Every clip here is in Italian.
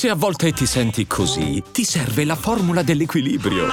Se a volte ti senti così, ti serve la formula dell'equilibrio.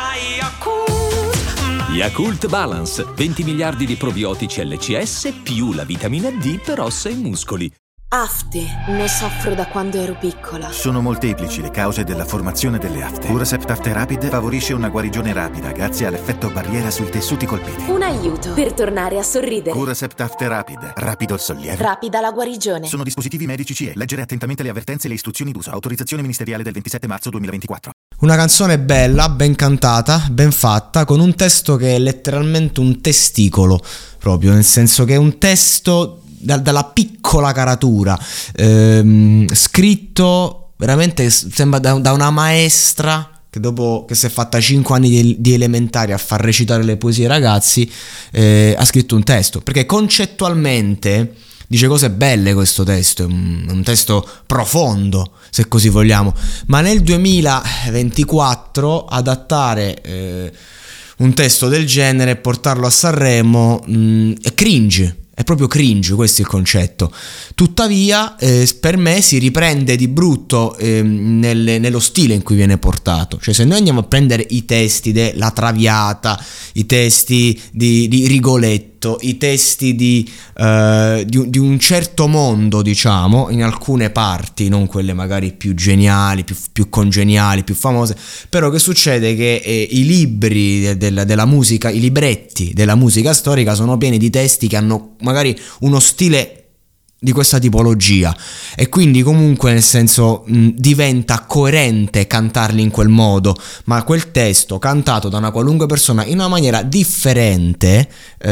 Yakult Balance, 20 miliardi di probiotici LCS più la vitamina D per ossa e muscoli. Afte, ne soffro da quando ero piccola. Sono molteplici le cause della formazione delle afte. Curacept Afte Rapid favorisce una guarigione rapida grazie all'effetto barriera sui tessuti colpiti. Un aiuto per tornare a sorridere. Curacept Afte Rapid, rapido il sollievo. Rapida la guarigione. Sono dispositivi medici CE. Leggere attentamente le avvertenze e le istruzioni d'uso. Autorizzazione ministeriale del 27 marzo 2024. Una canzone bella, ben cantata, ben fatta, con un testo che è letteralmente un testicolo, proprio, nel senso che è un testo dalla piccola caratura, scritto veramente sembra da una maestra che dopo che si è fatta 5 anni di elementari a far recitare le poesie ai ragazzi, ha scritto un testo, perché concettualmente dice cose belle. Questo testo è un testo profondo, se così vogliamo, ma nel 2024 adattare un testo del genere e portarlo a Sanremo è cringe. È proprio cringe, questo è il concetto. Tuttavia per me si riprende di brutto nello stile in cui viene portato. Cioè, se noi andiamo a prendere i testi della Traviata, i testi di Rigoletto, i testi di un certo mondo, diciamo, in alcune parti, non quelle magari più geniali, più congeniali, più famose, però che succede che i libri della musica, i libretti della musica storica sono pieni di testi che hanno magari uno stile di questa tipologia, e quindi comunque, nel senso, diventa coerente cantarli in quel modo, ma quel testo cantato da una qualunque persona in una maniera differente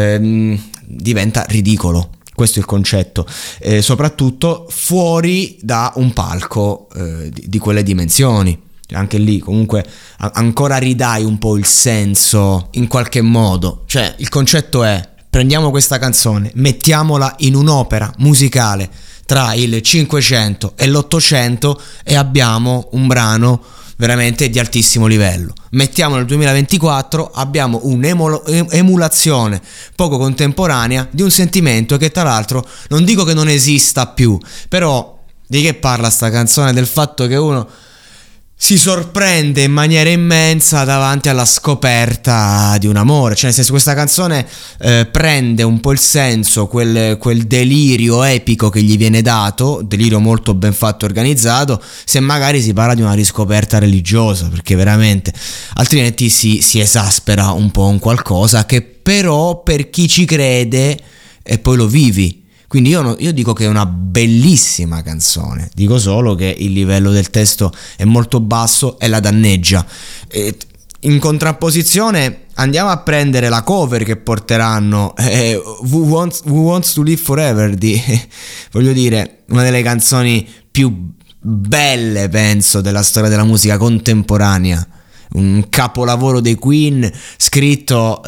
diventa ridicolo. Questo è il concetto, soprattutto fuori da un palco di quelle dimensioni. Anche lì comunque ancora ridai un po' il senso in qualche modo. Cioè, il concetto è: prendiamo questa canzone, mettiamola in un'opera musicale tra il 500 e l'800 e abbiamo un brano veramente di altissimo livello. Mettiamo nel 2024, abbiamo un'emulazione poco contemporanea di un sentimento che, tra l'altro, non dico che non esista più, però di che parla sta canzone? Del fatto che uno si sorprende in maniera immensa davanti alla scoperta di un amore. Cioè, nel senso, questa canzone prende un po' il senso, quel delirio epico che gli viene dato, delirio molto ben fatto e organizzato, se magari si parla di una riscoperta religiosa, perché veramente altrimenti si esaspera un po' un qualcosa che però per chi ci crede e poi lo vivi. Quindi io dico che è una bellissima canzone, dico solo che il livello del testo è molto basso e la danneggia. In contrapposizione andiamo a prendere la cover che porteranno, Who Wants to Live Forever, voglio dire, una delle canzoni più belle, penso, della storia della musica contemporanea, un capolavoro dei Queen, scritto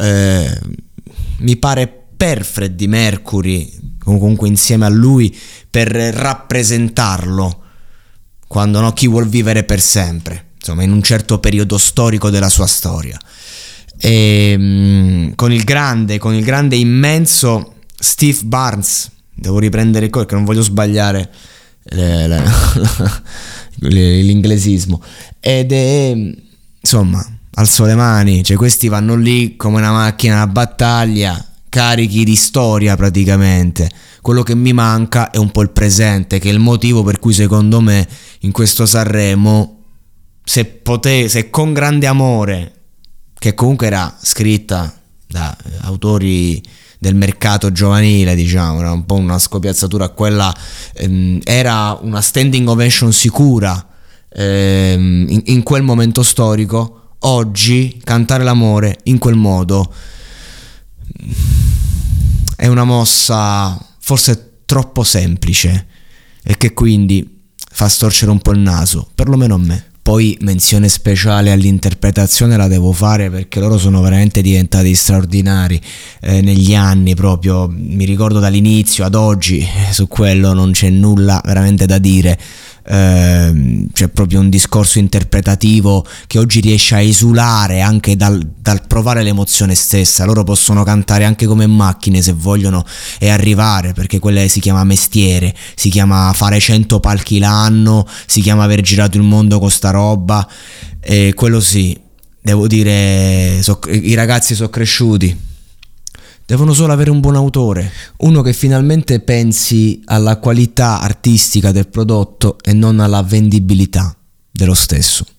mi pare per Freddie Mercury, comunque insieme a lui, per rappresentarlo, quando no, chi vuol vivere per sempre, insomma, in un certo periodo storico della sua storia. E con il grande immenso Steve Barnes, devo riprendere il che non voglio sbagliare l'inglesismo, ed è, insomma, alzo le mani, cioè questi vanno lì come una macchina da battaglia, carichi di storia praticamente. Quello che mi manca è un po' il presente, che è il motivo per cui secondo me in questo Sanremo, se con grande amore, che comunque era scritta da autori del mercato giovanile, diciamo, era un po' una scopiazzatura, quella era una standing ovation sicura in quel momento storico. Oggi cantare l'amore in quel modo è una mossa forse troppo semplice e che quindi fa storcere un po' il naso, perlomeno a me. Poi menzione speciale all'interpretazione la devo fare, perché loro sono veramente diventati straordinari negli anni, proprio mi ricordo dall'inizio ad oggi, su quello non c'è nulla veramente da dire. c'è proprio un discorso interpretativo che oggi riesce a esulare anche dal provare l'emozione stessa. Loro possono cantare anche come macchine se vogliono e arrivare, perché quella si chiama mestiere, si chiama fare 100 palchi l'anno, si chiama aver girato il mondo con sta roba, e quello sì, devo dire, i ragazzi sono cresciuti. Devono solo avere un buon autore, uno che finalmente pensi alla qualità artistica del prodotto e non alla vendibilità dello stesso.